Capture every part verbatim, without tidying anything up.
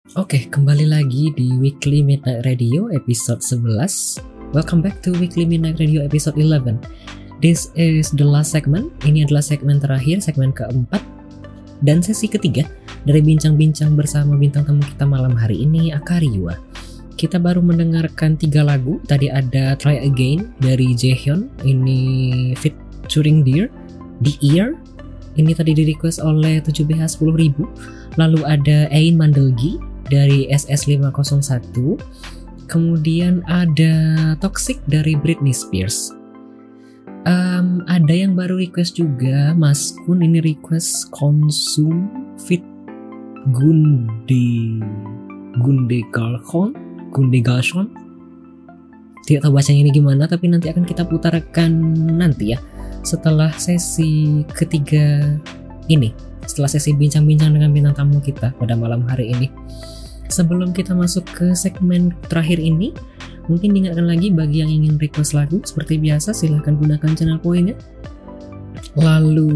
Oke, kembali lagi di Weekly Midnight Radio episode sebelas. Welcome back to Weekly Midnight Radio episode eleven. This is the last segment. Ini adalah segmen terakhir, segmen keempat dan sesi ketiga dari bincang-bincang bersama bintang tamu kita malam hari ini, Akariwa. Kita baru mendengarkan tiga lagu. Tadi ada Try Again dari Jaehyun, ini featuring Dear, The Ear. Ini tadi di request oleh tujuh B H sepuluh ribu. Lalu ada Ein Mandelgi dari S S lima nol satu. Kemudian ada Toxic dari Britney Spears. Um, ada yang baru request juga, Mas Kun ini request Konsum Fit Gunde Gunde Galchon Gunde Galchon. Tidak tahu bacanya ini gimana, tapi nanti akan kita putarkan nanti ya, setelah sesi ketiga ini, setelah sesi bincang-bincang dengan bintang tamu kita pada malam hari ini. Sebelum kita masuk ke segmen terakhir ini, mungkin diingatkan lagi bagi yang ingin request lagu, seperti biasa silahkan gunakan channel poinnya. Lalu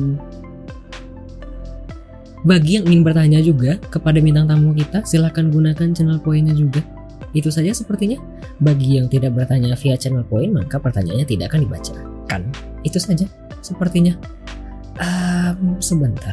bagi yang ingin bertanya juga kepada bintang tamu kita, silahkan gunakan channel poinnya juga. Itu saja sepertinya. Bagi yang tidak bertanya via channel point, maka pertanyaannya tidak akan dibacakan. Itu saja sepertinya. Um, sebentar.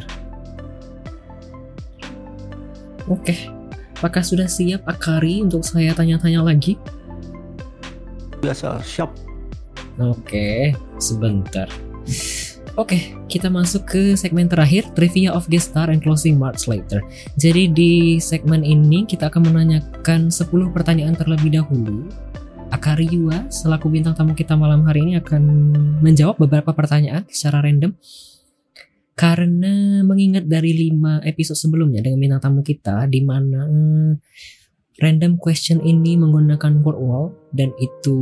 Oke, apakah sudah siap Akari untuk saya tanya-tanya lagi? Biasa, siap. Oke, sebentar. Oke, kita masuk ke segmen terakhir, Trivia of Guest Star and Closing Marks Later. Jadi di segmen ini kita akan menanyakan sepuluh pertanyaan terlebih dahulu. Akariwa selaku bintang tamu kita malam hari ini akan menjawab beberapa pertanyaan secara random. Karena mengingat dari lima episode sebelumnya dengan bintang tamu kita, di mana random question ini menggunakan word wall dan itu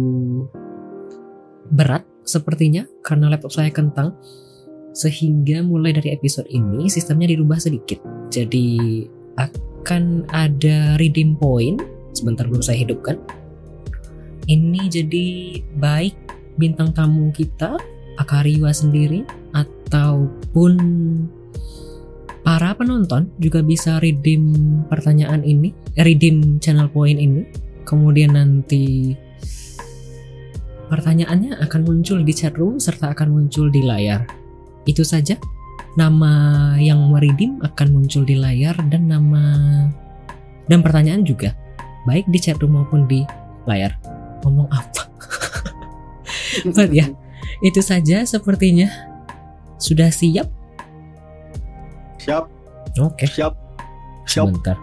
berat sepertinya karena laptop saya kentang, sehingga mulai dari episode ini sistemnya dirubah sedikit. Jadi akan ada redeem point, sebentar belum saya hidupkan. Ini jadi baik bintang tamu kita Akariwa sendiri ataupun para penonton juga bisa redeem pertanyaan ini, redeem channel point ini. Kemudian nanti pertanyaannya akan muncul di chat room serta akan muncul di layar. Itu saja. Nama yang meredeem akan muncul di layar dan nama dan pertanyaan juga baik di chat room maupun di layar. Ngomong apa? But ya, itu saja sepertinya. Sudah siap? Siap. Oke. Siap. Siap. Sebentar.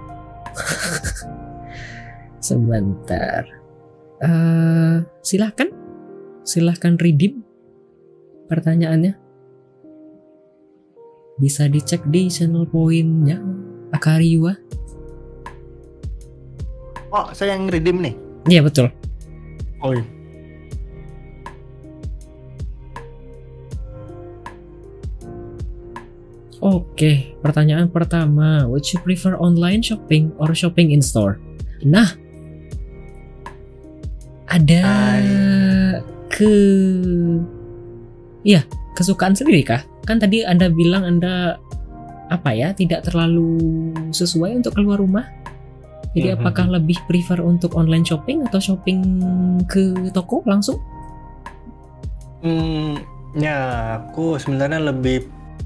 Sebentar. Uh, silahkan. Silahkan redeem pertanyaannya. Bisa dicek di channel poinnya Akariwa. Oh, saya yang redeem nih. Iya betul. Oh iya. Oke, pertanyaan pertama, would you prefer online shopping or shopping in store? Nah, ada Ay. ke, ya kesukaan sendiri kah? Kan tadi Anda bilang Anda apa ya, tidak terlalu sesuai untuk keluar rumah. Jadi mm-hmm. apakah lebih prefer untuk online shopping atau shopping ke toko langsung? Hmm, ya aku sebenarnya lebih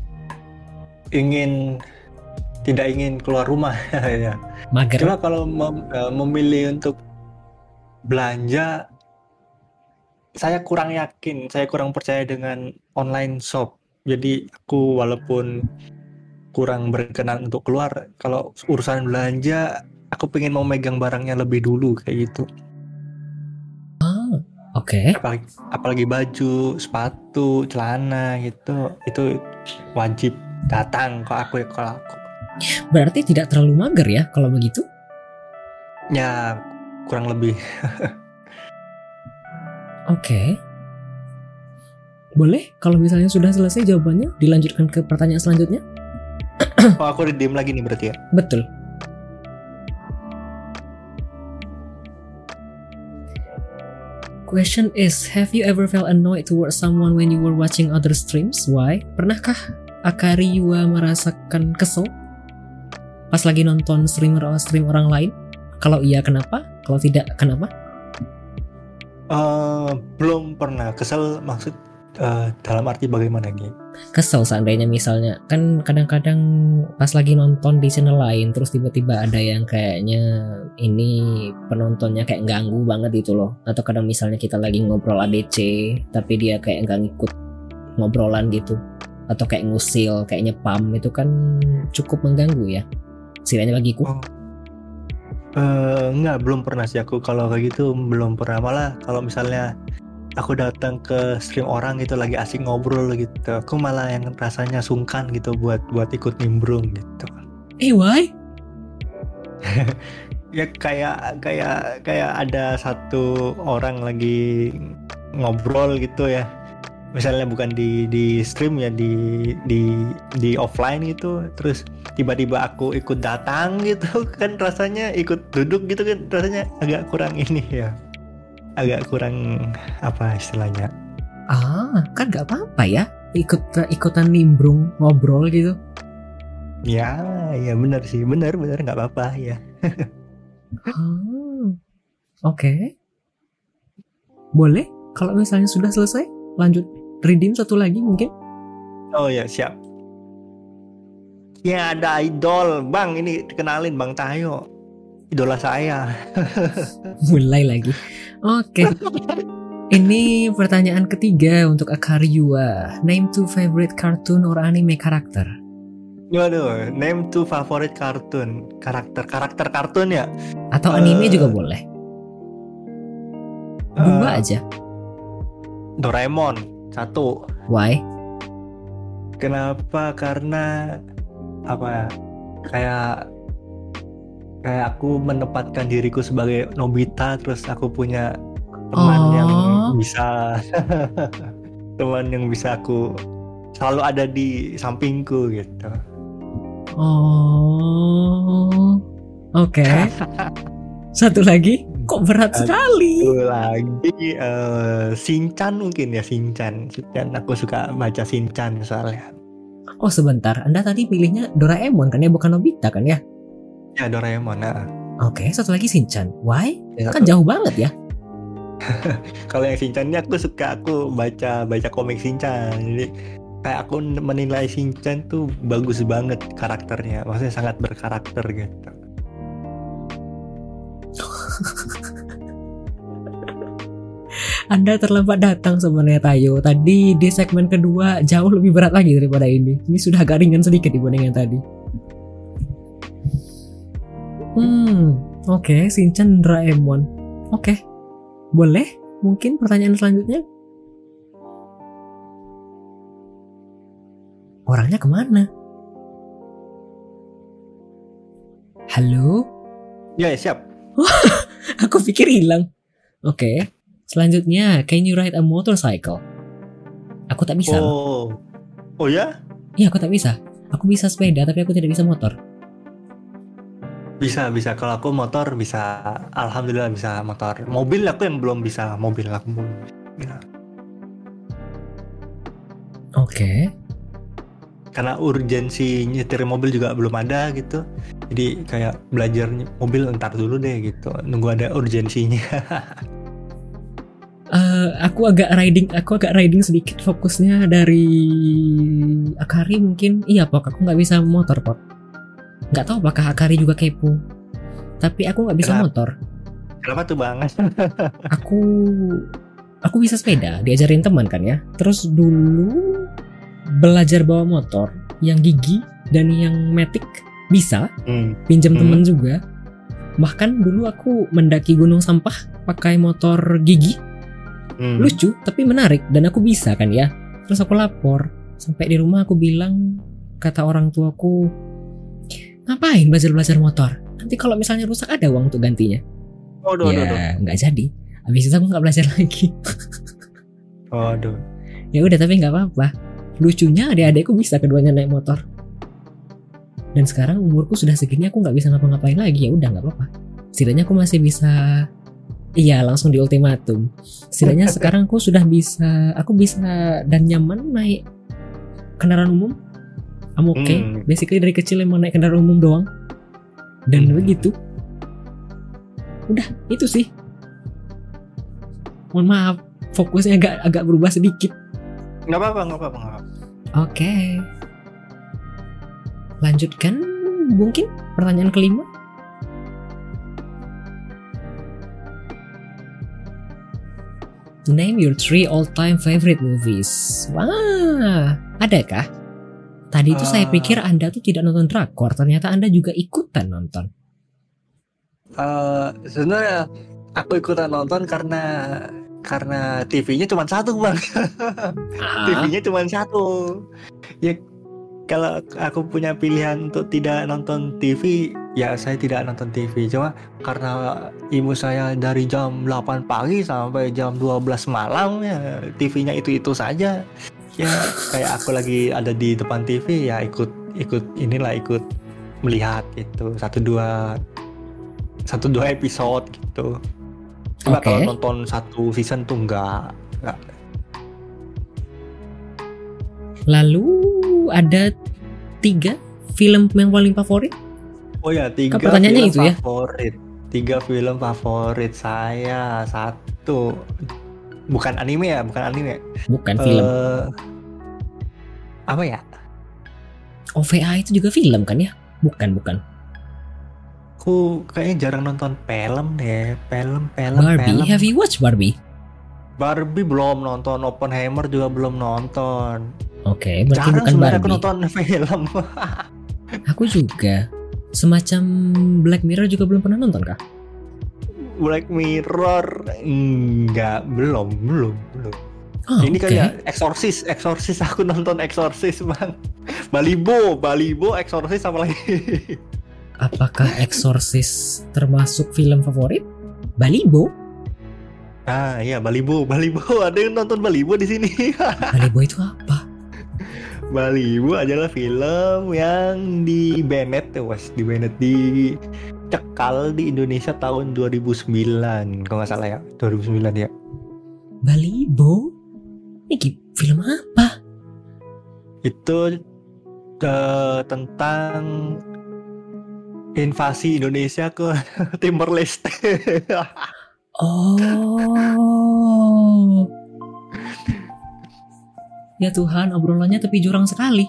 ingin tidak ingin keluar rumah ya. Mager. Cuma kalau mem, uh, memilih untuk belanja, saya kurang yakin, saya kurang percaya dengan online shop. Jadi aku walaupun kurang berkenan untuk keluar, kalau urusan belanja, aku pengen mau megang barangnya lebih dulu kayak gitu. Oh, oke. Okay. Apalagi, apalagi baju, sepatu, celana gitu, itu wajib datang ke aku ya kalau aku. Berarti tidak terlalu mager ya kalau begitu? Ya kurang lebih. Oke. Okay. Boleh kalau misalnya sudah selesai jawabannya dilanjutkan ke pertanyaan selanjutnya? Oh aku redeem lagi nih berarti ya? Betul. Question is, have you ever felt annoyed towards someone when you were watching other streams? Why? Pernahkah Akariwa merasakan kesel pas lagi nonton streamer atau stream orang lain? Kalau iya kenapa? Kalau tidak kenapa? Uh, belum pernah kesel maksud uh, dalam arti bagaimana nih? Kesel seandainya misalnya kan kadang-kadang pas lagi nonton di channel lain terus tiba-tiba ada yang kayaknya ini penontonnya kayak ganggu banget gitu loh, atau kadang misalnya kita lagi ngobrol A D C tapi dia kayak nggak ngikut ngobrolan gitu, atau kayak ngusil kayak nyepam, itu kan cukup mengganggu ya istilahnya bagiku. Oh. Uh, enggak, belum pernah sih aku kalau kayak gitu, belum pernah. Malah kalau misalnya aku datang ke stream orang gitu lagi asik ngobrol gitu, aku malah yang rasanya sungkan gitu buat buat ikut nimbrung gitu. Eh why? Ya kayak kayak kayak ada satu orang lagi ngobrol gitu ya. Misalnya bukan di di stream ya, di di di offline gitu, terus tiba-tiba aku ikut datang gitu kan, rasanya ikut duduk gitu kan, rasanya agak kurang ini ya, agak kurang apa istilahnya. Ah, kan nggak apa-apa ya ikut ikutan nimbrung ngobrol gitu. Ya, ya benar sih, benar benar nggak apa-apa ya. Hmm, oke, okay. Boleh kalau misalnya sudah selesai lanjut redeem satu lagi mungkin. Oh ya, siap. Ya ada idol bang, ini kenalin Bang Tayo, idola saya. Mulai lagi. Oke. Okay. Ini pertanyaan ketiga untuk Akaryua. Name two favorite cartoon or anime karakter. Waduh, name two favorite cartoon karakter karakter kartun ya? Atau anime uh, juga boleh. Dua uh, aja. Doraemon satu. Why? Kenapa? Karena apa ya, kayak kayak aku menempatkan diriku sebagai Nobita, terus aku punya teman oh. yang bisa teman yang bisa aku selalu ada di sampingku gitu. Oh, oke. Okay. Satu lagi, kok berat Satu sekali. Satu lagi uh, Shinchan mungkin ya, Shinchan. Shinchan aku suka baca Shinchan soalnya. Oh sebentar, Anda tadi pilihnya Doraemon kan ya, bukan Nobita kan ya? Ya Doraemon, nah. Oke, okay, satu lagi Shinchan. Why? Ya, kan satu. Jauh banget ya. Kalau yang Shinchan ini aku suka, aku baca baca komik Shinchan. Jadi kayak aku menilai Shinchan tuh bagus banget karakternya. Maksudnya sangat berkarakter gitu. Anda terlambat datang sebenarnya Tayo. Tadi di segmen kedua jauh lebih berat lagi daripada ini. Ini sudah agak ringan sedikit dibanding yang tadi. Hmm, oke, okay, Shinchan Doraemon. Oke, okay. Boleh? Mungkin pertanyaan selanjutnya? Orangnya kemana? Halo? Ya, siap. Aku pikir hilang. Oke. Okay. Selanjutnya, can you ride a motorcycle? Aku tak bisa. Oh, oh ya? Iya, aku tak bisa. Aku bisa sepeda, tapi aku tidak bisa motor. Bisa, bisa. Kalau aku motor bisa. Alhamdulillah bisa motor. Mobil aku yang belum bisa. Mobil aku belum. Oke. Okay. Karena urgensi nyetir mobil juga belum ada gitu. Jadi kayak belajar mobil entar dulu deh gitu. Nunggu ada urgensinya. Uh, aku agak riding, aku agak riding sedikit fokusnya dari Akari mungkin. Iya Pok, aku nggak bisa motor Pok. Nggak tahu apakah Akari juga kepo. Tapi aku nggak bisa Kenapa? motor. Kenapa tuh Bang? aku aku bisa sepeda, diajarin teman kan ya. Terus dulu belajar bawa motor, yang gigi dan yang matic bisa, hmm. pinjam hmm. teman juga. Bahkan dulu aku mendaki gunung sampah pakai motor gigi. Hmm. Lucu tapi menarik dan aku bisa kan ya. Terus aku lapor. Sampai di rumah aku bilang, kata orang tuaku, ngapain belajar-belajar motor? Nanti kalau misalnya rusak ada uang untuk gantinya. Oh, doh, ya doh, doh. Nggak jadi. Habis itu aku nggak belajar lagi. Oh, aduh. Ya udah tapi nggak apa-apa. Lucunya adik-adikku bisa keduanya naik motor. Dan sekarang umurku sudah segini aku nggak bisa ngapa-ngapain lagi. Ya udah nggak apa-apa. Setidaknya aku masih bisa. Iya, langsung di ultimatum. Setidaknya sekarang aku sudah bisa, aku bisa dan nyaman naik kendaraan umum. I'm okay. Hmm. Basically dari kecil emang naik kendaraan umum doang. Dan Hmm. begitu. Udah, itu sih. Mohon maaf, fokusnya agak agak berubah sedikit. Nggak apa-apa, nggak apa-apa, nggak apa-apa. Oke. Lanjutkan mungkin pertanyaan kelima. Name your three all-time favorite movies. Wah, adakah? Tadi itu saya Ah. pikir Anda tuh tidak nonton drakor, ternyata Anda juga ikutan nonton. Eh, sebenarnya aku ikutan nonton karena karena T V-nya cuma satu bang. Ah, T V-nya cuma satu. Ya kalau aku punya pilihan untuk tidak nonton T V, ya saya tidak nonton T V. Cuma karena ibu saya dari jam delapan pagi sampai jam dua belas malam ya T V-nya itu-itu saja. Ya kayak aku lagi ada di depan T V ya ikut ikut inilah ikut melihat gitu satu dua satu dua episode gitu. Cuma Oke. kalau nonton satu season tuh enggak enggak. Lalu ada tiga film yang paling favorit? Oh ya, tiga pertanyaannya film itu ya? favorit. Tiga film favorit saya. Satu bukan anime ya, bukan anime. Bukan film. Eh, apa ya? O V A itu juga film kan ya? Bukan, bukan. Aku kayaknya jarang nonton film deh. Film, film, Barbie. film. Have you watched Barbie? Barbie belum nonton, Oppenheimer juga belum nonton. Oke, berarti Jarang bukan sebenarnya aku Barbie. nonton film. Aku juga. Semacam Black Mirror juga belum pernah nonton kah? Black Mirror enggak, belum, belum, belum. Oh, Ini oke. kayak Exorcist, Exorcist aku nonton Exorcist bang. Balibo, Balibo, Exorcist sama lagi. Apakah Exorcist termasuk film favorit? Balibo? Ah iya Balibo, Balibo. Ada yang nonton Balibo di sini. Balibo itu apa? Balibo adalah film yang di Bennett, was di Bennett di cekal di Indonesia tahun dua ribu sembilan kalau nggak salah ya, dua ribu sembilan ya. Balibo? Ini ki- film apa? Itu eh, tentang invasi Indonesia ke Timor Leste. Oh. Ya Tuhan, obrolannya tepi jurang sekali.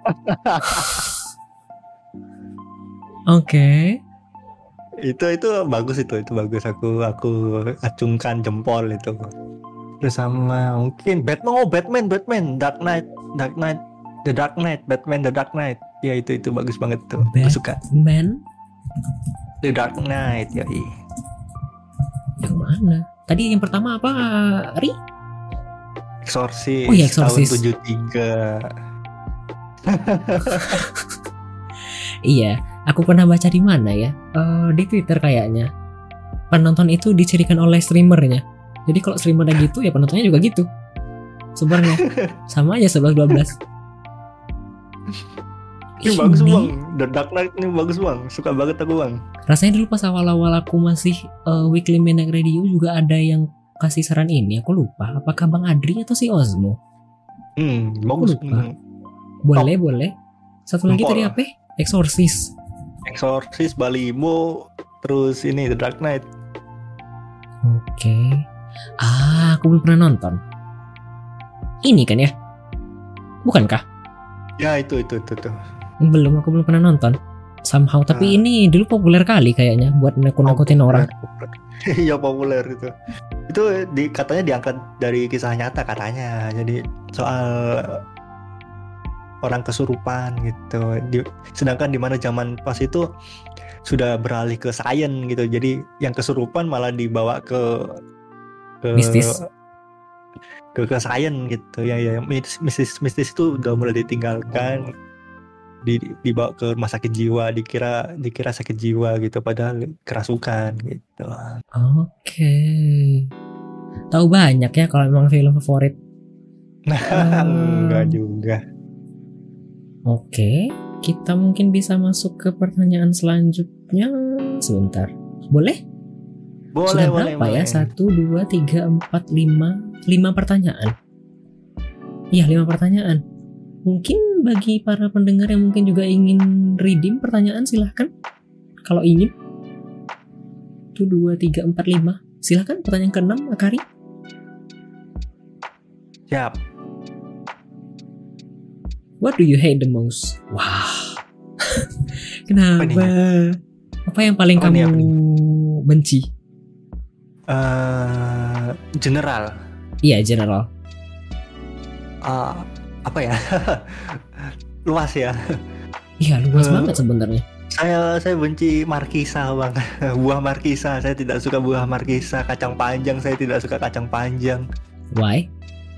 Oke. itu itu bagus itu itu bagus aku aku acungkan jempol itu. Terus sama mungkin Batman, oh Batman Batman Dark Knight Dark Knight The Dark Knight Batman The Dark Knight ya itu itu bagus banget tuh. Aku suka Batman The Dark Knight ya. yang mana? Tadi yang pertama apa, Ri? Exorcist, Oh iya, Exorcist. tahun tujuh puluh tiga. Iya, aku pernah baca di mana ya? Eh, di Twitter kayaknya. Penonton itu dicirikan oleh streamernya. Jadi kalau streamernya gitu ya penontonnya juga gitu. Sebenarnya sama aja sebelas dua belas. Ini bagus bang, The Dark Knight ini bagus bang, suka banget aku bang. Rasanya dulu pas awal-awal aku masih uh, Weekly Midnight Radio juga ada yang kasih saran ini. Aku lupa. Apakah Bang Adri atau si Ozmo? Hmm, bagus. lupa. Hmm. Boleh, boleh. Satu lagi Empol. tadi apa? Exorcist. Exorcist, Balibo, terus ini The Dark Knight. Oke. Ah, aku belum pernah nonton. Ini kan ya? Bukankah? Ya itu itu itu tuh. Belum, aku belum pernah nonton. Somehow, tapi Ah. ini dulu populer kali kayaknya buat nakut-nakutin orang. Iya populer itu. Itu di, katanya diangkat dari kisah nyata katanya. Jadi soal orang kesurupan gitu. Di, sedangkan di mana zaman pas itu sudah beralih ke sains gitu. Jadi yang kesurupan malah dibawa ke ke Mistis. ke ke sains gitu. Ya ya mistis mistis, mistis itu udah mulai ditinggalkan. Di, dibawa ke rumah sakit jiwa, dikira dikira sakit jiwa gitu padahal kerasukan gitu. Oke. Tahu banyak ya kalau memang film favorit. Enggak juga. Oke, kita mungkin bisa masuk ke pertanyaan selanjutnya. Sebentar, boleh? Boleh Sudah boleh berapa ya? boleh. Satu, dua, tiga, empat, lima, lima pertanyaan. Iya, lima pertanyaan. Mungkin bagi para pendengar yang mungkin juga ingin redeem pertanyaan, silahkan. kalau ingin. Satu, dua, tiga, empat, lima. Silahkan pertanyaan keenam, Akari. Siap. What do you hate the most? Wah. Kenapa? Apa, apa yang paling apa kamu nih, apa benci? Uh, general. Iya, general. Uh, apa ya? Luas ya. Iya, luas Uh, banget sebenarnya. Saya saya benci markisa, Bang. Buah markisa, saya tidak suka buah markisa. Kacang panjang, saya tidak suka kacang panjang. Why?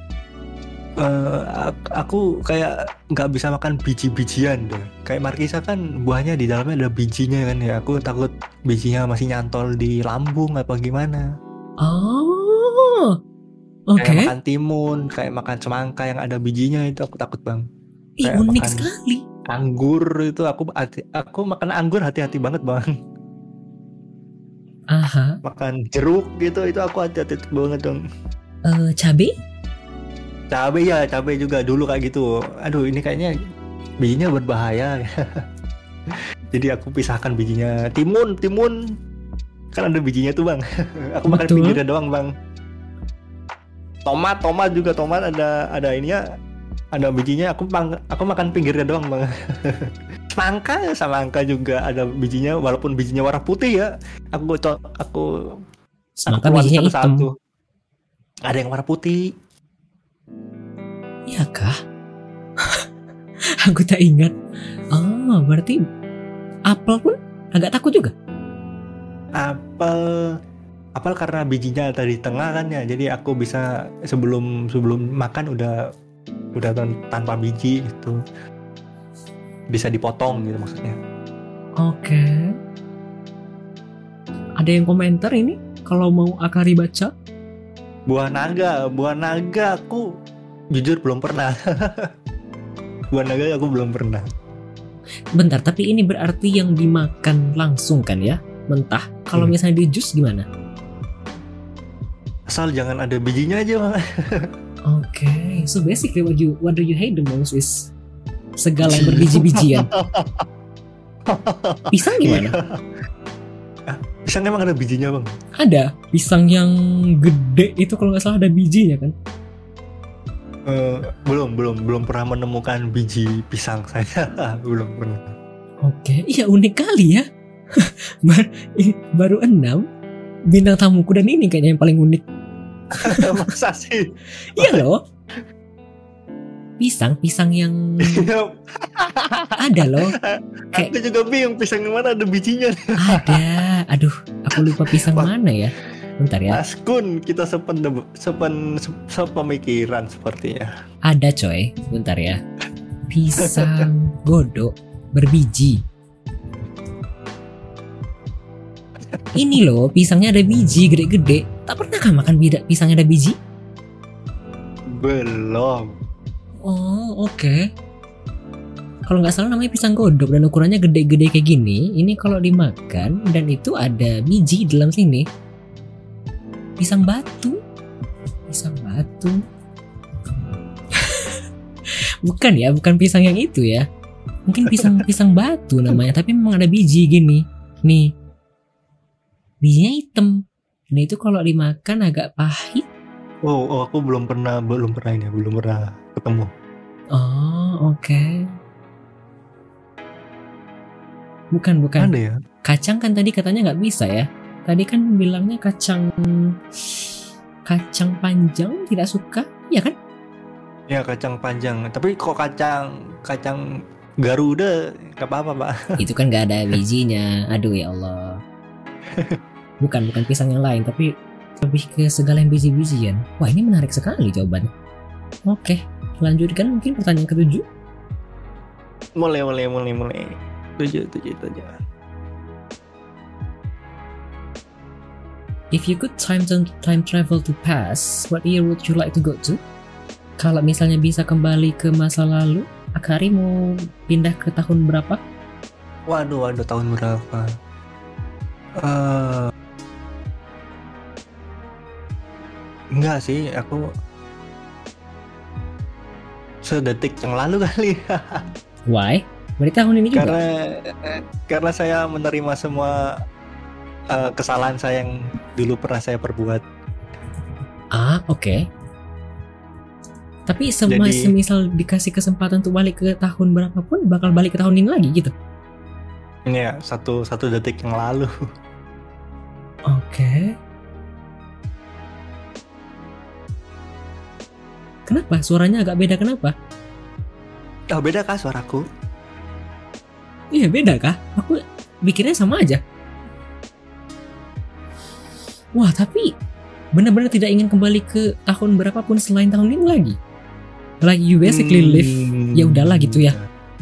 Uh, aku kayak nggak bisa makan biji-bijian deh. Kayak markisa kan buahnya di dalamnya ada bijinya kan ya. Aku takut bijinya masih nyantol di lambung apa gimana. Oh, oke. Kayak makan timun, kayak makan semangka yang ada bijinya itu aku takut, Bang. Ih, Kayak unik makan sekali. anggur itu aku hati, aku makan anggur hati-hati banget, Bang. Aha. Makan jeruk gitu itu aku hati-hati banget dong. Uh, cabe? Cabe ya, cabe juga dulu kayak gitu. Aduh, ini kayaknya bijinya berbahaya. Jadi aku pisahkan bijinya. Timun, timun kan ada bijinya tuh, Bang. Aku makan Betul. pinggirnya doang, Bang. Tomat, tomat juga tomat ada ada ininya, ada bijinya. Aku pang, aku makan pinggirnya doang, Bang. Semangka, semangka juga ada bijinya walaupun bijinya warna putih ya. Aku aku Semangka aku bijinya hitam. satu-satu. Ada yang warna putih. Iya kah? Aku tak ingat. Oh, berarti apel pun agak takut juga. Apel, apel karena bijinya ada di tengah kan ya. Jadi aku bisa sebelum sebelum makan udah udah tanpa biji itu. Bisa dipotong gitu maksudnya. Oke. Ada yang komentar ini kalau mau Akari baca? Buah naga, buah naga aku jujur belum pernah. Buah naga aku belum pernah. Bentar, tapi ini berarti yang dimakan langsung kan ya? Mentah. Kalau Hmm. misalnya di jus gimana? Asal jangan ada bijinya aja, Bang. Oke, okay. So basically what you what do you hate the most is segala yang berbiji-bijian. Pisang gimana? Pisang emang ada bijinya, Bang? Ada. Pisang yang gede itu kalau nggak salah ada bijinya kan? Uh, belum, belum, belum pernah menemukan biji pisang saya. Belum pernah. Oke, okay. Iya unik kali ya. Bar- baru enam bintang tamuku dan ini kayaknya yang paling unik. Masa sih? Iya loh. Pisang, pisang yang ada loh. Kayak... Aku juga bingung pisang yang mana ada bijinya. Ada. Aduh, aku lupa pisang mana ya. Bentar ya. Mas Kun, kita sepen, sepen, sepemikiran sepertinya. Ada coy, bentar ya. Pisang godok berbiji. Ini loh, pisangnya ada biji gede-gede. Tak pernah makan bida pisangnya ada biji? Belum. Oh, oke. Okay. Kalau nggak salah namanya pisang godok dan ukurannya gede-gede kayak gini. Ini kalau dimakan dan itu ada biji di dalam sini. Pisang batu. Pisang batu. Bukan ya, bukan pisang yang itu ya. Mungkin pisang pisang batu namanya, tapi memang ada biji gini. Nih. Bijinya hitam. Nah itu kalau dimakan agak pahit. Oh, oh aku belum pernah belum pernah ini, belum pernah ketemu. Oh, oke. Okay. Bukan, bukan. Ada ya? Kacang kan tadi katanya nggak bisa ya. Tadi kan bilangnya kacang kacang panjang tidak suka, ya kan? Ya kacang panjang. Tapi kok kacang kacang Garuda nggak apa-apa, Pak. Itu kan nggak ada bijinya. Aduh ya Allah. Bukan bukan pisang yang lain, tapi lebih ke segala yang biji-bijian. Wah ini menarik sekali jawaban. Oke, lanjutkan mungkin pertanyaan ketujuh. Mulai mulai mulai mulai. Tujuh tujuh tujuh. If you could time to time travel to past, what year would you like to go to? Kalau misalnya bisa kembali ke masa lalu, Akari mau pindah ke tahun berapa? Waduh, waduh tahun berapa? Uh, enggak sih, aku sedetik yang lalu kali. Why? Berarti tahun ini juga? Karena karena saya menerima semua uh, kesalahan saya yang dulu pernah saya perbuat. Ah, oke. Okay. Tapi sem- Jadi, semisal dikasih kesempatan untuk balik ke tahun berapapun, bakal balik ke tahun ini lagi gitu? Iya, satu satu detik yang lalu. Oke. Okay. Kenapa? Suaranya agak beda, kenapa? Oh, beda kah suaraku? Iya, beda kah? Aku mikirnya sama aja. Wah, tapi benar-benar tidak ingin kembali ke tahun berapapun selain tahun ini lagi. Like you basically hmm, live, ya udahlah gitu ya.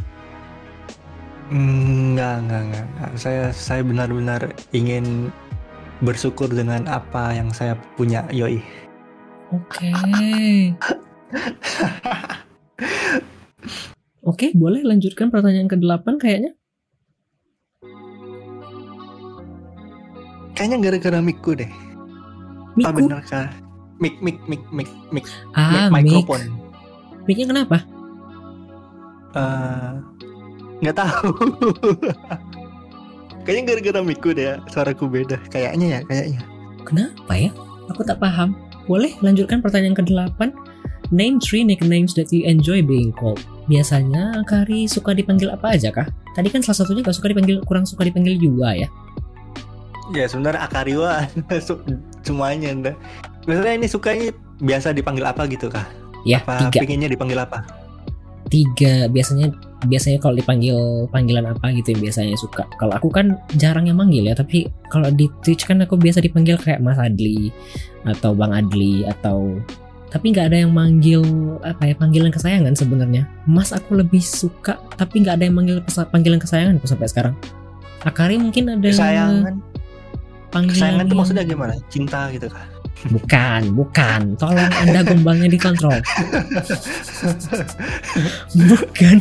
Enggak, enggak, enggak, enggak. Saya saya benar-benar ingin bersyukur dengan apa yang saya punya, yoi. Oke. Okay. Oke, okay, boleh lanjutkan pertanyaan kedelapan kayaknya. Kayaknya gara-gara mic-ku deh. Mic-ku? Ah, benar kah? Mic, mic, mic, mic, mic, ah, mic mikrofon. Mic-nya kenapa? Uh, nggak tahu. Kayaknya gara-gara mic-ku deh, suaraku beda. Kayaknya ya, kayaknya. Kenapa ya? Aku tak paham. Boleh lanjutkan pertanyaan kedelapan. Name three nicknames that you enjoy being called. Biasanya Akari suka dipanggil apa aja kah? Tadi kan salah satunya gak suka dipanggil, kurang suka dipanggil juga ya? Ya sebenarnya Akariwa semuanya dah. Biasanya ini sukanya biasa dipanggil apa gitu kah? Ya, apa tiga. Pengennya dipanggil apa? Tiga, biasanya biasanya kalau dipanggil panggilan apa gitu yang biasanya suka. Kalau aku kan jarang yang manggil ya, tapi kalau di Twitch kan aku biasa dipanggil kayak Mas Adli atau Bang Adli atau, tapi nggak ada yang manggil apa ya, panggilan kesayangan sebenarnya. Mas aku lebih suka, tapi nggak ada yang manggil panggilan kesayangan aku sampai sekarang. Akari mungkin ada kesayangan. Panggilan kesayangan itu yang... maksudnya gimana? Cinta gitu kah? Bukan, bukan. Tolong Anda gombalnya dikontrol. Bukan.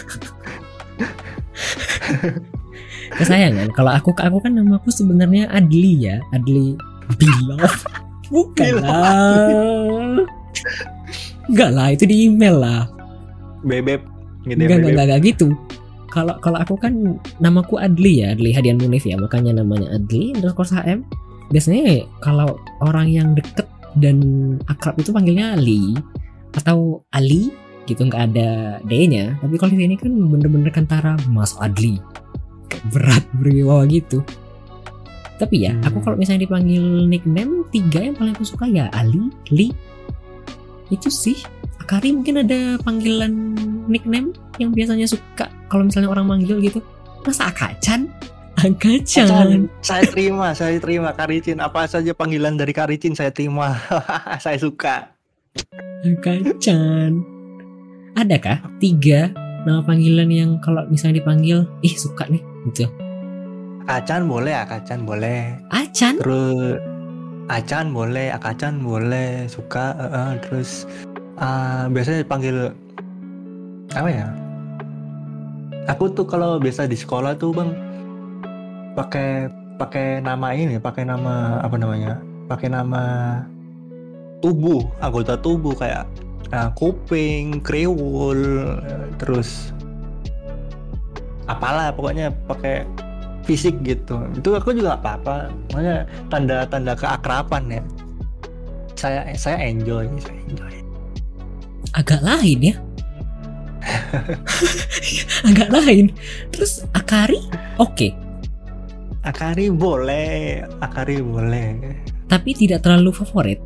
Kesayangan. Kalau aku, aku kan namaku sebenarnya Adli ya, Adli Bilov. Bukan lah. Enggak lah, itu di email lah. Bebek. Gitu enggak, enggak, enggak, enggak gitu. Kalau kalau aku kan namaku Adli ya, Adli Hadian Munif ya, makanya namanya Adli underscore H M. Biasanya kalau orang yang deket dan akrab itu panggilnya Ali atau Ali gitu, nggak ada D-nya. Tapi kalau di sini kan bener-bener kantara Mas Adli, kayak berat berwibawa gitu. Tapi ya, hmm. aku kalau misalnya dipanggil nickname, tiga yang paling aku suka ya Ali, Li, itu sih. Akari mungkin ada panggilan nickname yang biasanya suka kalau misalnya orang manggil gitu. Masa Akacan? Akacan. Saya terima, saya terima Karicin. Apa saja panggilan dari Karicin saya terima. Saya suka. Akacan. Adakah tiga nama panggilan yang kalau misalnya dipanggil, ih suka nih gitu? Acan boleh, Akacan boleh. Acan? Terus Acan boleh, Akacan boleh, suka. Uh, uh, terus uh, biasanya dipanggil apa ya? Aku tuh kalau biasa di sekolah tuh bang, pakai pakai nama ini, pakai nama apa namanya? Pakai nama tubuh, anggota tubuh kayak uh, kuping, kriwul, terus apalah pokoknya pakai fisik gitu. Itu aku juga gak apa-apa. Makanya tanda-tanda keakraban ya. Saya saya enjoy, saya enjoy. Agak lain ya. Agak lain. Terus Akari oke. Okay. Akari boleh, Akari boleh. Tapi tidak terlalu favorit.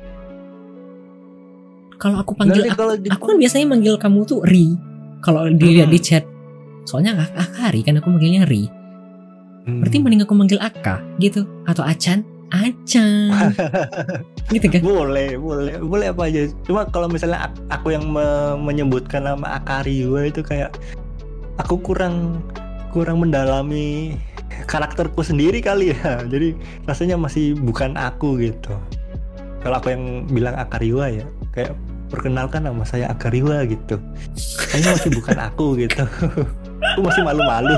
Kalau aku panggil Nanti kalau aku, aku kan biasanya manggil kamu tuh Ri. Kalau dilihat hmm. di chat. Soalnya Akari kan aku manggilnya Ri. Hmm. Berarti mending aku manggil Aka gitu, atau Acan, Acan. Gitu kan? Boleh, boleh, boleh apa aja. Cuma kalau misalnya aku yang me- menyebutkan nama Akariwa itu kayak aku kurang kurang mendalami karakterku sendiri kali ya. Jadi rasanya masih bukan aku gitu. Kalau aku yang bilang Akariwa ya, kayak perkenalkan nama saya Akariwa gitu. Kayaknya masih bukan aku gitu. Aku masih malu-malu.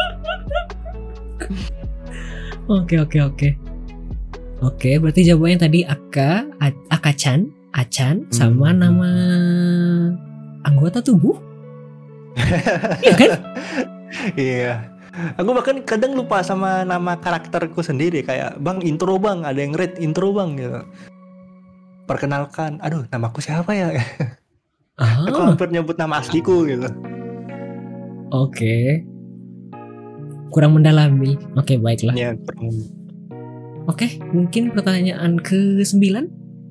Oke oke oke. Oke, berarti jawabannya tadi Aka, Akacan, Acan, sama hmm. nama anggota tubuh. Iya kan? Iya. Aku bahkan kadang lupa sama nama karakterku sendiri, kayak bang intro bang, ada yang read intro bang gitu. Perkenalkan, aduh namaku siapa ya? Ah, Aku hampir nyebut nama asliku gitu. oke. Kurang mendalami. Oke, baiklah. Ya, kurang- Oke, mungkin pertanyaan ke sembilan.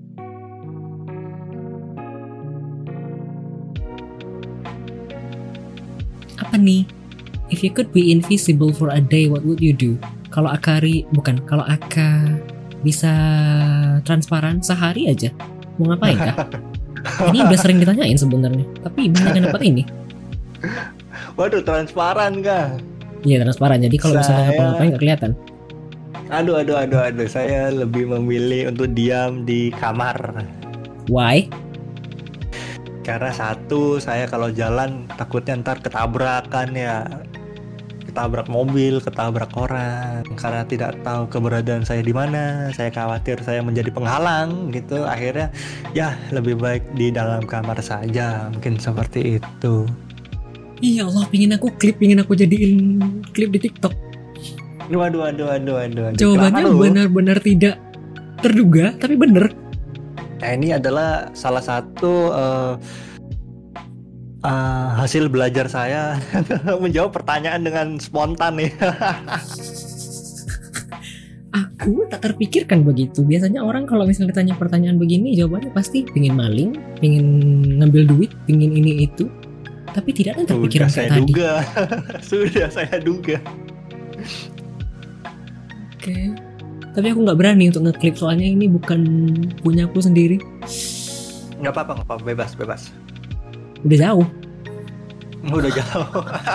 Apa nih? If you could be invisible for a day, what would you do? Kalau Akari, bukan, kalau Aka bisa transparan sehari aja, mau ngapain kah? Ini udah sering ditanyain sebenarnya, tapi banyak yang dapat ini. Waduh, transparan kah? Iya, transparan. Jadi kalau misalnya Saya- ngapa-ngapain nggak kelihatan. Aduh, aduh, aduh, aduh. Saya lebih memilih untuk diam di kamar. Why? Karena satu, saya kalau jalan takutnya ntar ketabrakan ya. Ketabrak mobil, ketabrak orang. Karena tidak tahu keberadaan saya di mana. Saya khawatir saya menjadi penghalang gitu. Akhirnya ya lebih baik di dalam kamar saja. Mungkin seperti itu. Iya Allah, pingin aku klip, pingin aku jadiin klip di TikTok. Waduh, waduh, waduh, waduh, waduh. Jawabannya Kenapa lu? benar-benar tidak terduga, tapi bener. Nah, ini adalah salah satu uh, uh, hasil belajar saya menjawab pertanyaan dengan spontan nih. Aku tak terpikirkan begitu. Biasanya orang kalau misalnya ditanya pertanyaan begini, jawabannya pasti pingin maling, pingin ngambil duit, pingin ini itu. Tapi tidak ada yang terpikirkan Sudah kayak saya tadi. duga. Sudah saya duga. Oke. Tapi aku nggak berani untuk ngeklip soalnya ini bukan punya aku sendiri. Nggak apa-apa, nggak apa-apa, bebas, bebas. Udah jauh. Udah jauh.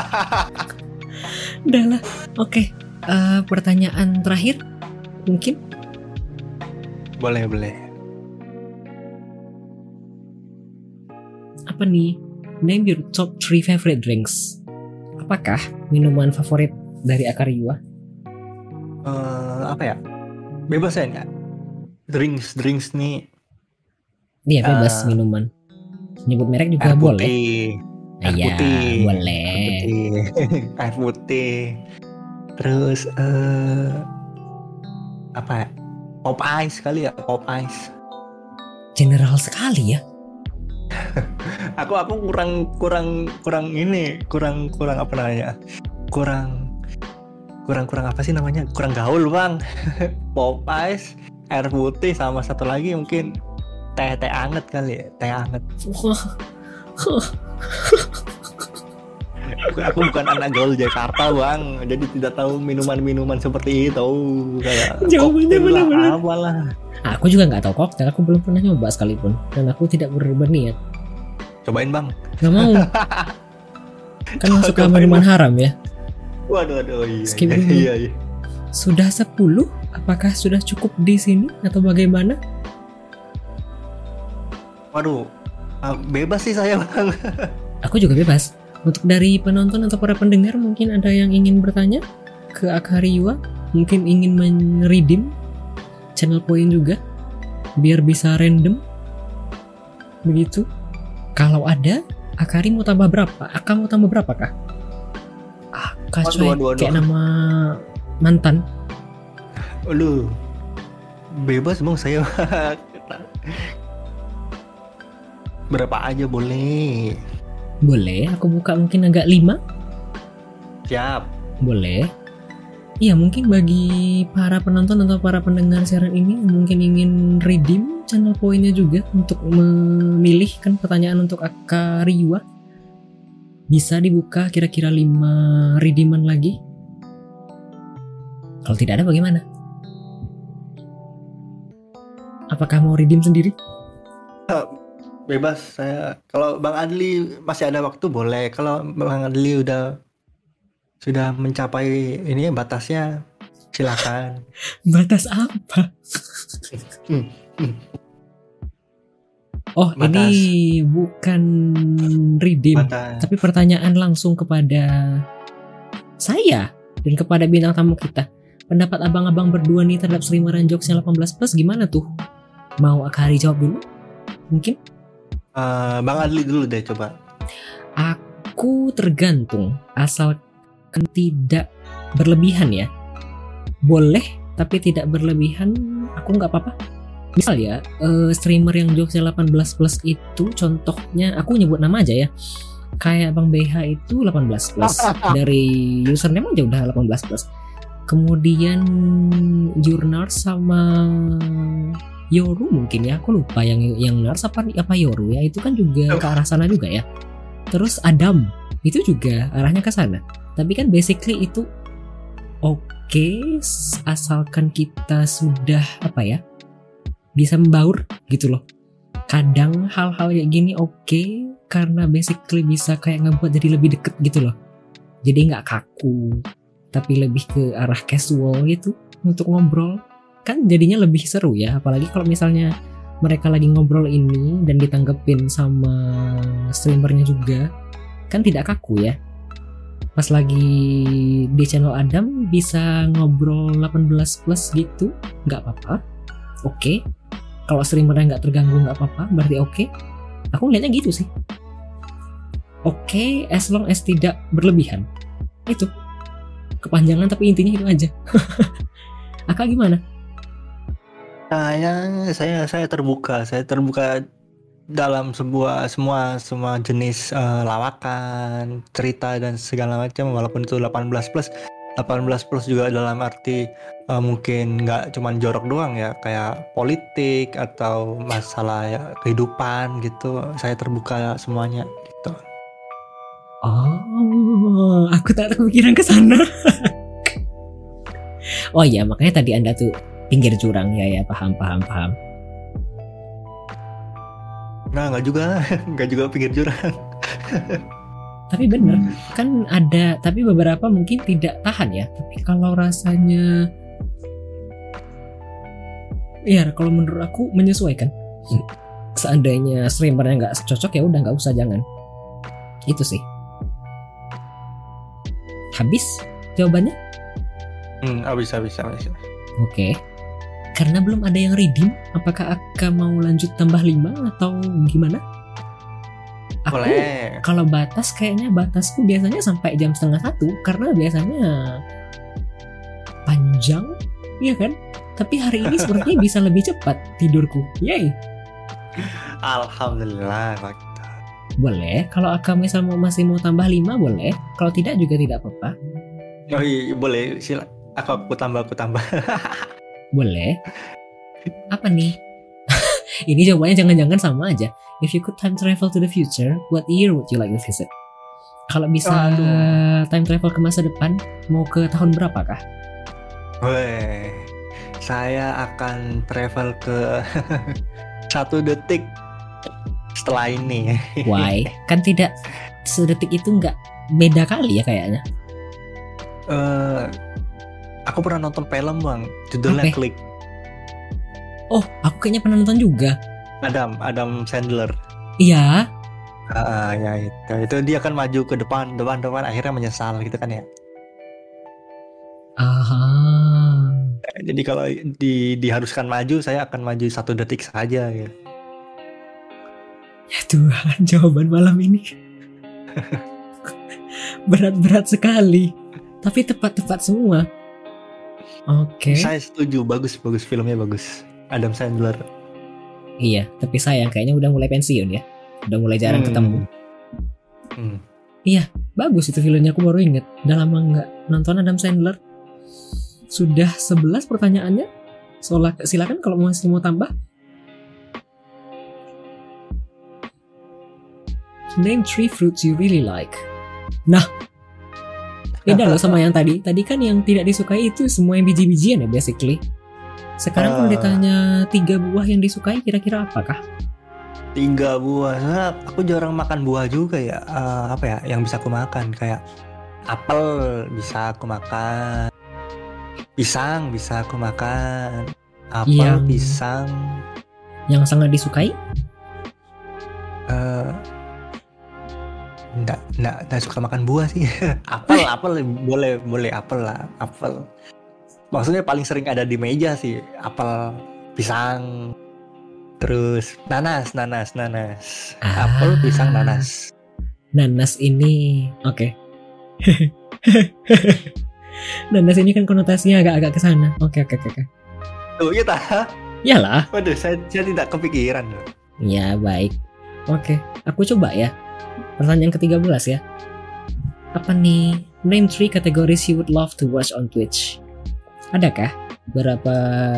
Udah lah. Oke. Eh, pertanyaan terakhir mungkin. Boleh, boleh. Apa nih? Name your top three favorite drinks. Apakah minuman favorit dari Akariwa? Eh, apa ya? Bebas ya nggak? Drinks, drinks nih. Iya bebas Eh, minuman. Nyebut merek juga Air boleh. putih. Air Iya putih. boleh. Air putih. Air putih. Terus eh apa ya? Pop ice kali ya, pop ice. General sekali ya. Aku aku kurang kurang kurang ini, kurang kurang apa namanya? Kurang kurang kurang apa sih namanya? Kurang gaul, Bang. Pop ice, air putih sama satu lagi mungkin teh teh anget kali ya, teh anget. Aku, aku bukan anak gaul Jakarta, Bang. Jadi tidak tahu minuman-minuman seperti itu. Kayak Jawabannya koktail lah, benar-benar. apalah. Aku juga nggak tahu koktail. Aku belum pernah nyoba sekalipun. Dan aku tidak ber- berniat. Cobain, Bang. Nggak mau. Kan masuk ke Cobain, minuman Bang. haram ya. Waduh, waduh, iya, Skip iya, dulu. iya, iya. Sudah sepuluh. Apakah sudah cukup di sini atau bagaimana? Waduh, ah, bebas sih saya, Bang. Aku juga bebas. Untuk dari penonton atau para pendengar mungkin ada yang ingin bertanya ke Akariwa, mungkin ingin men-redeem channel point juga biar bisa random begitu. Kalau ada, Akari mau tambah berapa? Aka mau tambah berapa kah? Aka Waduh, coy, waduh, waduh. kayak nama mantan. Waduh, bebas, Bang, saya. Berapa aja boleh. Boleh, aku buka mungkin agak lima. Siap. Boleh. Iya, mungkin bagi para penonton atau para pendengar siaran ini yang mungkin ingin redeem channel poinnya juga untuk memilihkan pertanyaan untuk Akariwa, bisa dibuka kira-kira lima redeeman lagi. Kalau tidak ada bagaimana? Apakah mau redeem sendiri? Bebas saya. Kalau Bang Adli masih ada waktu boleh. Kalau Bang Adli udah sudah mencapai ini batasnya, silakan. Batas apa? Hmm, hmm. Oh, Batas. ini bukan redeem, Batas. tapi pertanyaan langsung kepada saya dan kepada bintang tamu kita. Pendapat abang-abang berdua nih terhadap seliweran jokesnya delapan belas plus gimana tuh? Mau Akari jawab dulu? Mungkin? Eh, Bang Adli dulu deh coba. Aku tergantung, asalkan tidak berlebihan ya. Boleh tapi tidak berlebihan, aku nggak apa-apa. Misal ya, uh, streamer yang jokesnya delapan belas plus itu contohnya, aku nyebut nama aja ya. Kayak Bang B H itu delapan belas plus. Dari username aja udah delapan belas plus. Kemudian Jurnal sama Yoru mungkin ya, aku lupa yang yang Nars apa apa Yoru ya, itu kan juga ke arah sana juga ya. Terus Adam itu juga arahnya ke sana. Tapi kan basically itu oke okay, asalkan kita sudah apa ya, bisa membaur gitu loh. Kadang hal-hal kayak gini oke okay, karena basically bisa kayak ngebuat jadi lebih deket gitu loh. Jadi nggak kaku, tapi lebih ke arah casual gitu untuk ngobrol. Kan jadinya lebih seru ya, apalagi kalau misalnya mereka lagi ngobrol ini dan ditanggepin sama streamernya juga, kan tidak kaku ya. Pas lagi di channel Adam bisa ngobrol delapan belas plus gitu, nggak apa-apa. Oke, okay. Kalau streamernya nggak terganggu nggak apa-apa, berarti oke. Okay. Aku ngeliatnya gitu sih. Oke, okay, as long as tidak berlebihan. Itu kepanjangan tapi intinya itu aja. Akak gimana? Saya saya saya terbuka, saya terbuka dalam sebuah semua semua jenis uh, lawakan, cerita dan segala macam, walaupun itu delapan belas plus. delapan belas plus juga dalam arti uh, mungkin nggak cuman jorok doang ya, kayak politik atau masalah ya, kehidupan gitu. Saya terbuka semuanya gitu. Oh, aku tak kepikiran ke sana. Oh iya, makanya tadi Anda tuh pinggir jurang ya ya, paham paham paham. Nah, nggak juga, nggak juga pinggir jurang. Tapi bener, kan ada, tapi beberapa mungkin tidak tahan ya. Tapi kalau rasanya, ya kalau menurut aku menyesuaikan. Seandainya streamernya nggak cocok ya udah nggak usah, jangan. Itu sih. Habis jawabannya? Hmm, habis habis habis. Oke. Okay. Karena belum ada yang redeem, apakah Aka mau lanjut tambah lima atau gimana? Aku boleh. Kalau batas kayaknya batasku biasanya sampai jam setengah satu, karena biasanya panjang, iya kan? Tapi hari ini sepertinya bisa lebih cepat tidurku. Yay. Alhamdulillah. Boleh. Kalau Aka misal mau masih mau tambah lima boleh. Kalau tidak juga tidak apa-apa. Oh iya boleh. Sila. Aku aku tambah aku tambah. Boleh. Apa nih? Ini jawabannya jangan-jangan sama aja. If you could time travel to the future, what year would you like to visit? Kalau bisa Aduh. time travel ke masa depan, mau ke tahun berapakah? Weh, saya akan travel ke satu detik setelah ini. Why? Kan tidak sedetik itu nggak beda kali ya kayaknya. Uh, aku pernah nonton film bang, judulnya Apa? Click. Oh, aku kayaknya pernah nonton juga. Adam, Adam Sandler. Iya. Ah, ya itu, itu dia kan maju ke depan, depan, depan, akhirnya menyesal gitu kan ya. Aha. Jadi kalau di, diharuskan maju, saya akan maju satu detik saja gitu. Ya Tuhan, jawaban malam ini berat-berat sekali, tapi tepat-tepat semua. Oke. Okay. Saya setuju, bagus, bagus filmnya bagus. Adam Sandler. Iya, tapi sayang kayaknya udah mulai pensiun ya. Udah mulai jarang hmm. ketemu. Hmm. Iya, bagus itu filmnya, aku baru inget. Udah lama nggak nonton Adam Sandler. Sudah sebelas pertanyaannya. Soalnya silakan kalau masih mau tambah. Name three fruits you really like. Nah, beda loh sama yang tadi. Tadi kan yang tidak disukai itu semua yang biji-bijian ya basically. Sekarang uh, kalau ditanya tiga buah yang disukai, kira-kira apakah? Tiga buah, nah, aku jarang makan buah juga ya. Uh, apa ya, yang bisa aku makan kayak apel bisa aku makan, pisang bisa aku makan, apel, yang, pisang. Yang sangat disukai? Uh, nggak, nggak, nggak suka makan buah sih. apel, apel boleh, boleh apel lah, apel. Maksudnya paling sering ada di meja sih, apel, pisang, terus nanas, nanas, nanas, ah. apel, pisang, nanas. nanas ini oke. Nanas ini kan konotasinya agak-agak ke sana. Oke oke oke. Oh kita. Iyalah. Waduh, saya, saya tidak kepikiran. Ya baik. Oke, aku coba ya. Pertanyaan ketiga belas ya. Apa nih? Name three categories you would love to watch on Twitch. Adakah berapa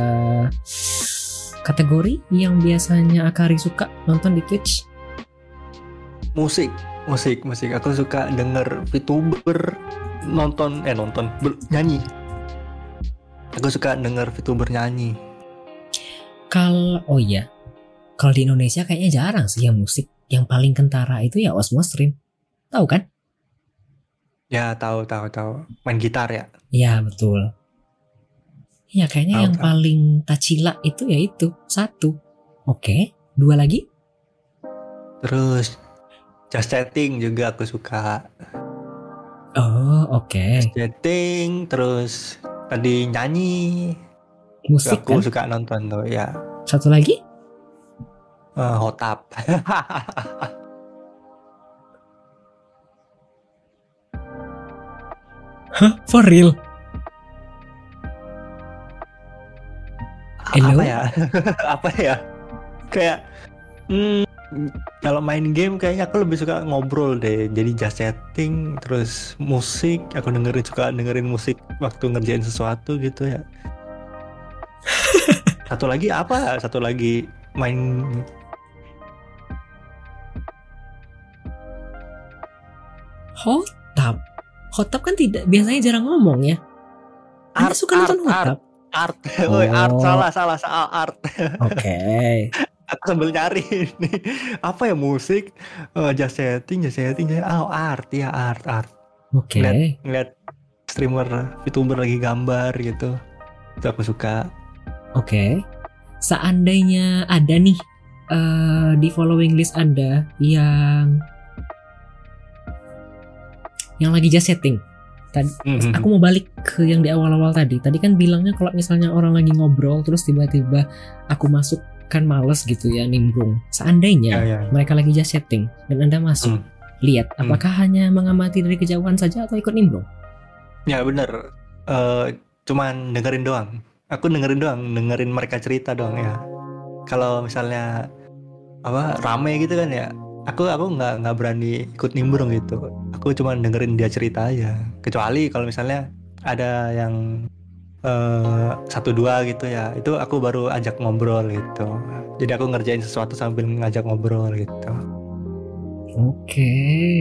kategori yang biasanya Akari suka nonton di Twitch? Musik, musik, musik. Aku suka denger VTuber nonton, eh nonton, ber, nyanyi. Aku suka denger VTuber nyanyi. Kalau, oh iya, kalau di Indonesia kayaknya jarang sih yang musik. Yang paling kentara itu ya Osmostream. Tahu kan? Ya tahu, tahu, tahu. Main gitar ya? Ya betul. Ya kayaknya Tahu, yang tahu. paling tacila itu ya itu satu. Oke, dua lagi. Terus Just Chatting juga aku suka. Oh oke. Just Chatting, terus tadi nyanyi. Musik Aku kan? suka nonton tuh ya. Satu lagi? Uh, Hotap. Hah? For real? Hello? Apa ya? Apa ya? Kayak hmm, kalau main game kayaknya aku lebih suka ngobrol deh. Jadi just chatting, terus musik. Aku dengerin suka dengerin musik waktu ngerjain sesuatu gitu ya. Satu lagi apa? Satu lagi main. Hotap. Hotap kan tidak biasanya jarang ngomong ya. Anda Art, suka nonton art, Hotap? Art, Oh. Woi, art salah salah salah art. Oke. Aku sambil nyari ini apa ya musik, uh, just chatting, just chatting, just- oh art ya art art. Oke. Ngeliat, ngeliat streamer, VTuber lagi gambar gitu, itu aku suka. Oke. Seandainya ada nih eh, di following list Anda yang yang lagi just setting. Tadi Mhm. aku mau balik ke yang di awal-awal tadi. Tadi kan bilangnya kalau misalnya orang lagi ngobrol terus tiba-tiba aku masuk kan males gitu ya nimbrung. Seandainya Ya, ya. mereka lagi just setting dan Anda masuk, Hmm. lihat Hmm. apakah hanya mengamati dari kejauhan saja atau ikut nimbrung? Ya bener, uh, cuman dengerin doang. Aku dengerin doang, dengerin mereka cerita doang ya. Kalau misalnya apa rame gitu kan ya, aku aku nggak nggak berani ikut nimbrung gitu. Aku cuma dengerin dia cerita aja. Kecuali kalau misalnya ada yang uh, satu dua gitu ya, itu aku baru ajak ngobrol gitu. Jadi aku ngerjain sesuatu sambil ngajak ngobrol gitu. Oke.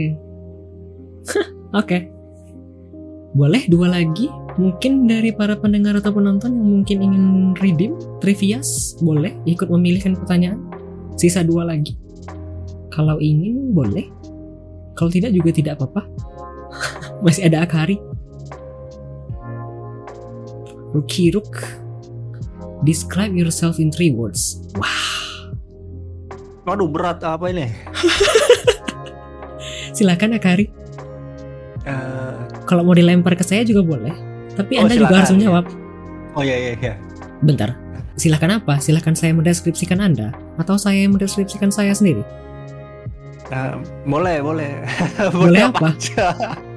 Oke. Boleh dua lagi? Mungkin dari para pendengar atau penonton yang mungkin ingin redeem trivias, boleh ikut memilihkan pertanyaan. Sisa dua lagi. Kalau ingin boleh. Kalau tidak juga tidak apa-apa. Masih ada Akari. Rukiruk. Describe yourself in three words. Wah. Waduh berat apa ini? Silakan Akari. Uh, Kalau mau dilempar ke saya juga boleh. Tapi Oh, Anda juga silakan, harus menjawab. oh iya iya iya. Bentar. Silakan apa? Silakan saya mendeskripsikan Anda atau saya yang mendeskripsikan saya sendiri? Uh, boleh boleh. Boleh apa? aja.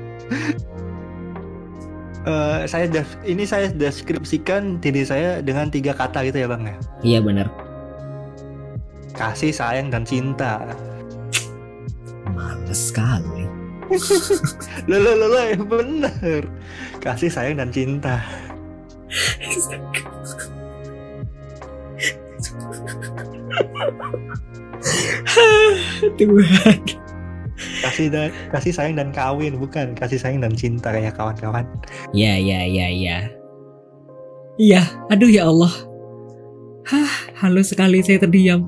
Uh, saya des- ini saya deskripsikan diri saya dengan tiga kata gitu ya bang ya. Iya benar. Kasih, sayang, dan cinta. Males sekali. Loh loh loh, loh bener. Kasih, sayang, dan cinta. Tuhan. Kasih dan kasih sayang dan kawin, bukan kasih sayang dan cinta kayak kawan-kawan. Ya ya ya ya. Iya, aduh ya Allah. Hah, halus sekali saya terdiam.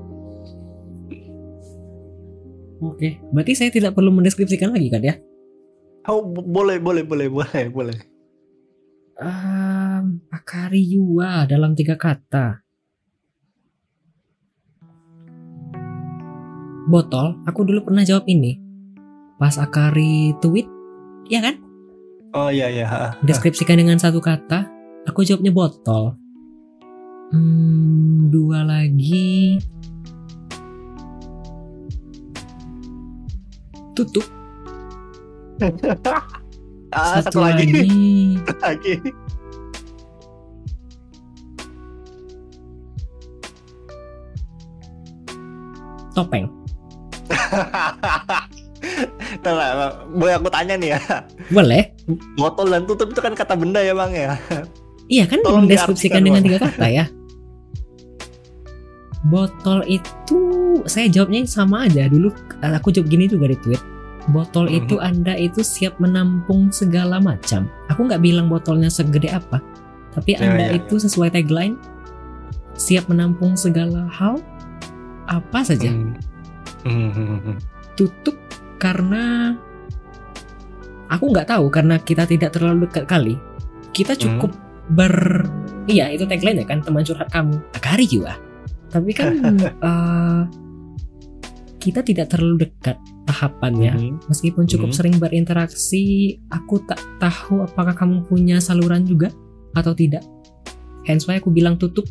Oke, berarti saya tidak perlu mendeskripsikan lagi kan ya? Oh bo- boleh boleh boleh boleh boleh. Um, Akari Yua dalam tiga kata. Botol, aku dulu pernah jawab ini. Pas Akari tweet, ya kan? Oh iya iya. Deskripsikan dengan satu kata, aku jawabnya botol. Hmm, dua lagi. tutup. Ah, Satu, satu lagi. lagi. lagi. Topeng. Tuh lah, boy aku tanya nih ya. Boleh? Botol dan tutup itu kan kata benda ya bang ya. Iya kan Tolong mendeskripsikan diartikan, dengan Bang. tiga kata ya. Botol itu saya jawabnya sama aja dulu. Aku jawab gini juga di tweet. Botol Mhm. itu Anda itu siap menampung segala macam. Aku nggak bilang botolnya segede apa, tapi Ya, Anda ya, itu sesuai tagline siap menampung segala hal apa saja. Hmm. Hmm. Tutup karena aku nggak tahu karena kita tidak terlalu dekat kali. Kita cukup ber iya itu tagline ya kan, teman curhat kamu Akari juga. Tapi kan eh, kita tidak terlalu dekat tahapannya. Mhm. Meskipun cukup Mhm. sering berinteraksi, aku tak tahu apakah kamu punya saluran juga atau tidak. Hence why aku bilang tutup.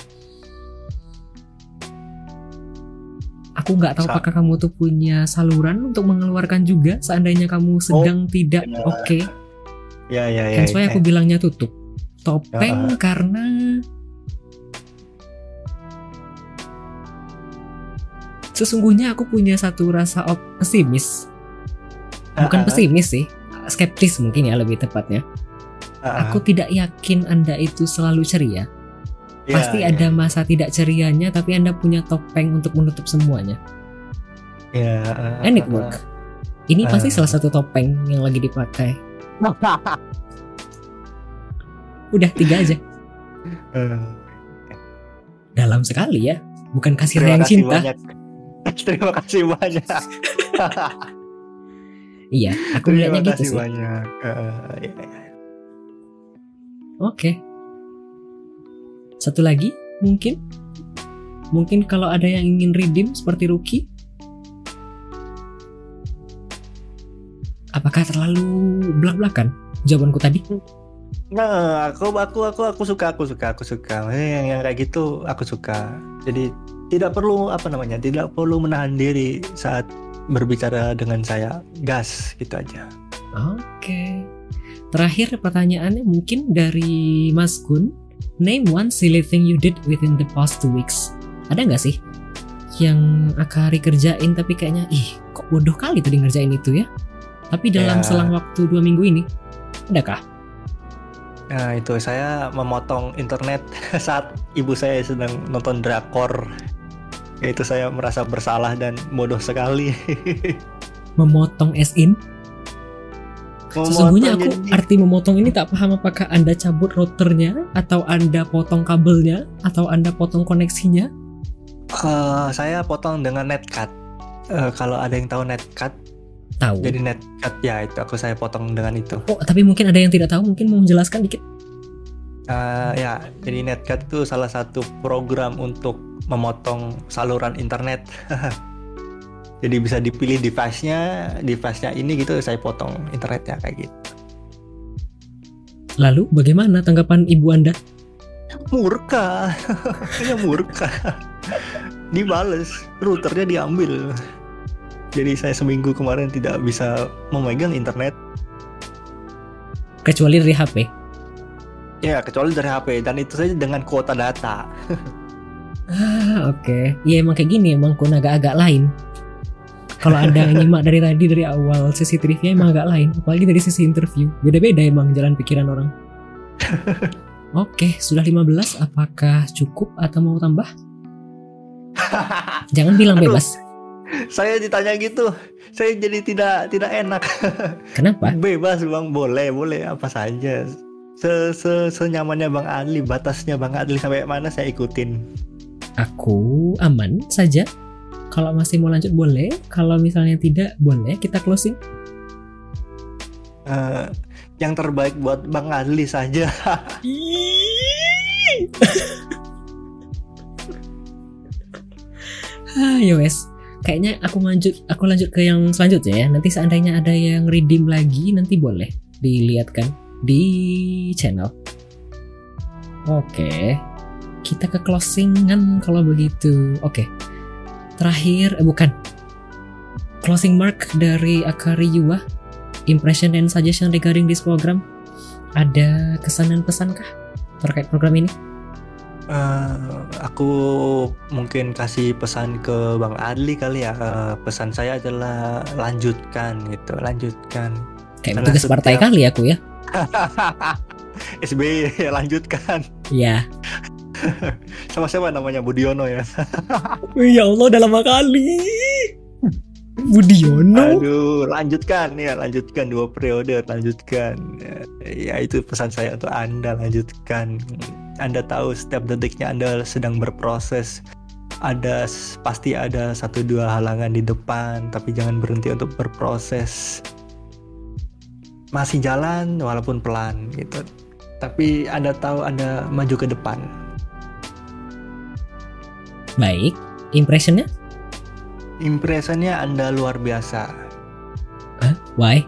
Aku nggak tahu Sa- apakah kamu tuh punya saluran untuk mengeluarkan juga seandainya kamu sedang tidak ya. oke. Ya ya ya. Hence why ya. aku bilangnya tutup. Topeng Ya. karena sesungguhnya aku punya satu rasa op- pesimis. Bukan Ah, ah. pesimis sih, skeptis mungkin ya lebih tepatnya. Ah, ah. Aku tidak yakin Anda itu selalu ceria. Ya, Pasti ya. ada masa tidak cerianya, tapi Anda punya topeng untuk menutup semuanya. Ya. ah, And it ah, work. Ini Ah. pasti salah satu topeng yang lagi dipakai. ah. Udah tiga aja. Eh, Dalam sekali ya. Bukan kasih Terima sayang kasih cinta. banyak. Terima kasih banyak. Iya, aku Terima melihatnya gitu kasih sih. banyak. Eh, ya, ya. Oke. Satu lagi mungkin. Mungkin kalau ada yang ingin redeem seperti Ruki. Apakah terlalu belak-belakan jawabanku tadi? Nah, aku aku aku aku suka aku suka aku suka. Eh, Yang yang kayak gitu aku suka. Jadi tidak perlu apa namanya, tidak perlu menahan diri saat berbicara dengan saya. Gas gitu aja. Oke. Terakhir pertanyaannya mungkin dari Mas Gun. Name one silly thing you did within the past two weeks. Ada nggak sih yang Akari kerjain tapi kayaknya ih kok bodoh kali tuh di ngerjain itu ya? Tapi dalam Ya. selang waktu dua minggu ini, adakah? Nah, itu saya memotong internet saat ibu saya sedang nonton drakor. Itu saya merasa bersalah dan bodoh sekali. Memotong as in? Sesungguhnya aku Memotong jadi- arti memotong ini tak paham apakah Anda cabut routernya atau Anda potong kabelnya atau Anda potong koneksinya. Eh, saya potong dengan netcut. Eh, kalau ada yang tahu netcut, Tahu. jadi netcut ya itu aku saya potong dengan itu. Oh, tapi mungkin ada yang tidak tahu, mungkin mau menjelaskan dikit. Eh, ya, jadi netcut itu salah satu program untuk memotong saluran internet. Jadi bisa dipilih device-nya, device-nya ini gitu saya potong internetnya kayak gitu. Lalu bagaimana tanggapan ibu Anda? Murka, ya murka. Dibales, routernya diambil. Jadi saya seminggu kemarin tidak bisa memegang internet. Kecuali dari H P. Ya kecuali dari H P dan itu saja dengan kuota data. Ah, oke. Ya emang kayak gini, emang kun agak-agak lain. Kalau Anda nyimak dari tadi dari awal sesi trivia emang agak lain, apalagi dari sisi interview. Beda-beda emang jalan pikiran orang. Oke, sudah lima belas. Apakah cukup atau mau tambah? Jangan bilang Aduh. bebas. Saya ditanya gitu, saya jadi tidak tidak enak. Kenapa? Bebas bang, boleh boleh apa saja. Se, se senyamannya Bang Adli, batasnya Bang Adli sampai mana saya ikutin. Aku aman saja. Kalau masih mau lanjut boleh. Kalau misalnya tidak boleh, kita closing. Eh, yang terbaik buat Bang Adli saja. Ah, ya wes. Kayaknya aku lanjut, aku lanjut ke yang selanjutnya ya. Nanti seandainya ada yang redeem lagi, nanti boleh dilihatkan di channel. Oke, kita ke closingan kalau begitu. Oke, terakhir, eh, bukan. closing mark dari Akari Yuwa, impression and suggestion regarding this program. Ada kesan dan pesan kah terkait program ini? Uh, aku mungkin kasih pesan ke Bang Adli kali ya. Uh, pesan saya adalah lanjutkan gitu, lanjutkan. Kayak petugas setiap... partai kali aku ya. S B Y lanjutkan. Iya. Sama siapa namanya, Budiono ya? Ya Allah, udah lama kali. Budiono. Aduh, lanjutkan ya, lanjutkan dua periode, lanjutkan. Ya, itu pesan saya untuk Anda, lanjutkan. Anda tahu setiap detiknya Anda sedang berproses. Ada pasti ada satu dua halangan di depan, tapi jangan berhenti untuk berproses. Masih jalan walaupun pelan gitu. Tapi Anda tahu Anda maju ke depan. Baik, impressionnya? Impressionnya Anda luar biasa. Huh? Why?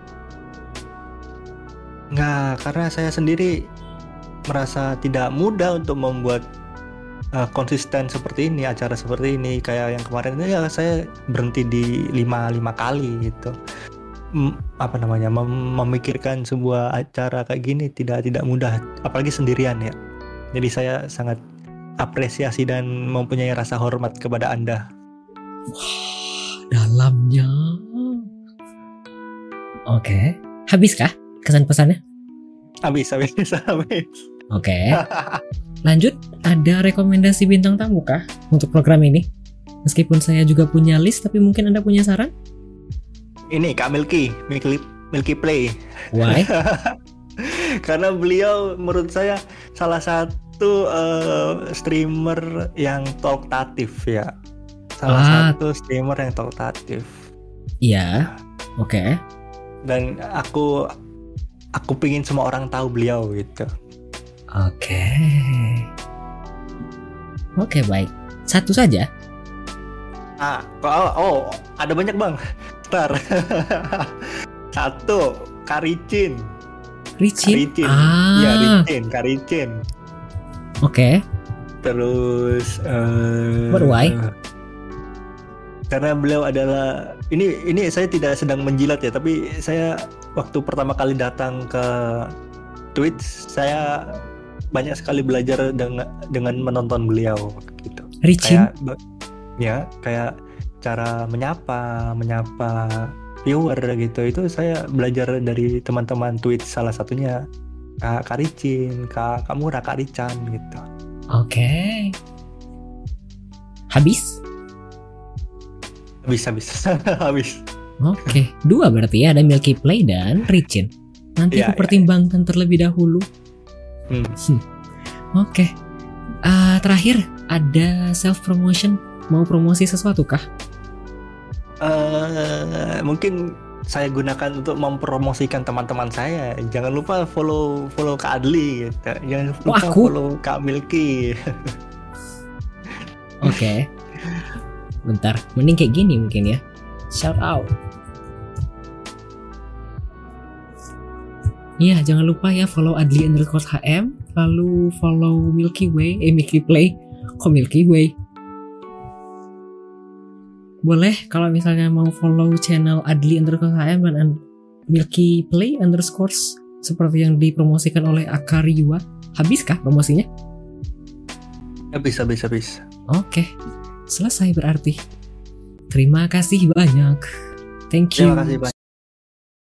Nggak, karena saya sendiri merasa tidak mudah untuk membuat uh, konsisten seperti ini, acara seperti ini. Kayak yang kemarin itu ya saya berhenti di lima, lima kali gitu. M- apa namanya, mem- memikirkan sebuah acara kayak gini tidak tidak mudah, apalagi sendirian ya. Jadi saya sangat apresiasi dan mempunyai rasa hormat kepada Anda. Wah, dalamnya. Oke, habiskah kesan pesannya? Habis, habis, habis. Oke. Lanjut, ada rekomendasi bintang tamu kah untuk program ini? Meskipun saya juga punya list, tapi mungkin Anda punya saran? Ini Kak Milky, Milky, Milky Play. Why? Karena beliau menurut saya salah satu uh, streamer yang talkatif ya. Salah ah. satu streamer yang talkatif. Iya, oke. Okay. Dan aku aku pingin semua orang tahu beliau gitu. Oke. Okay. Oke, okay, baik. Satu saja. Ah, oh, oh, ada banyak bang. Ntar. Satu, Karicin. Ricin? Karicin. Ah. Ya, Ricin, Karicin. Oke. Okay. Terus. Uh, But why? Karena beliau adalah ini ini saya tidak sedang menjilat ya, tapi saya waktu pertama kali datang ke Twitch saya banyak sekali belajar dengan dengan menonton beliau gitu. Ricin? Kayak, ya kayak cara menyapa menyapa viewer gitu, itu saya belajar dari teman-teman Twitch, salah satunya Kak Karicin, Kak Kamura, Kak Rican gitu. Oke. Okay. Habis? Habis, habis, habis. Oke, okay. Dua berarti ya, ada Milky Play dan Ricin. Nanti ya, aku pertimbangkan ya. terlebih dahulu. Hmm. Hmm. Oke, okay. uh, terakhir ada self promotion, mau promosi sesuatu kah? Uh, mungkin saya gunakan untuk mempromosikan teman-teman saya. Jangan lupa follow follow Kak Adli, gitu. Jangan lupa Wah, follow Kak Milky. Oke. Okay. Bentar, mending kayak gini mungkin ya. Shout out. Iya, jangan lupa ya follow Adli underscore H M, lalu follow Milky Way, eh Milky Play, kok Milky Way? Boleh kalau misalnya mau follow channel Adli underscore H M dan Milky Play underscore seperti yang dipromosikan oleh Akari Yuwa. Habiskah promosinya? Habis, habis, habis. Oke, selesai berarti. Terima kasih banyak. Thank you. Terima kasih banyak.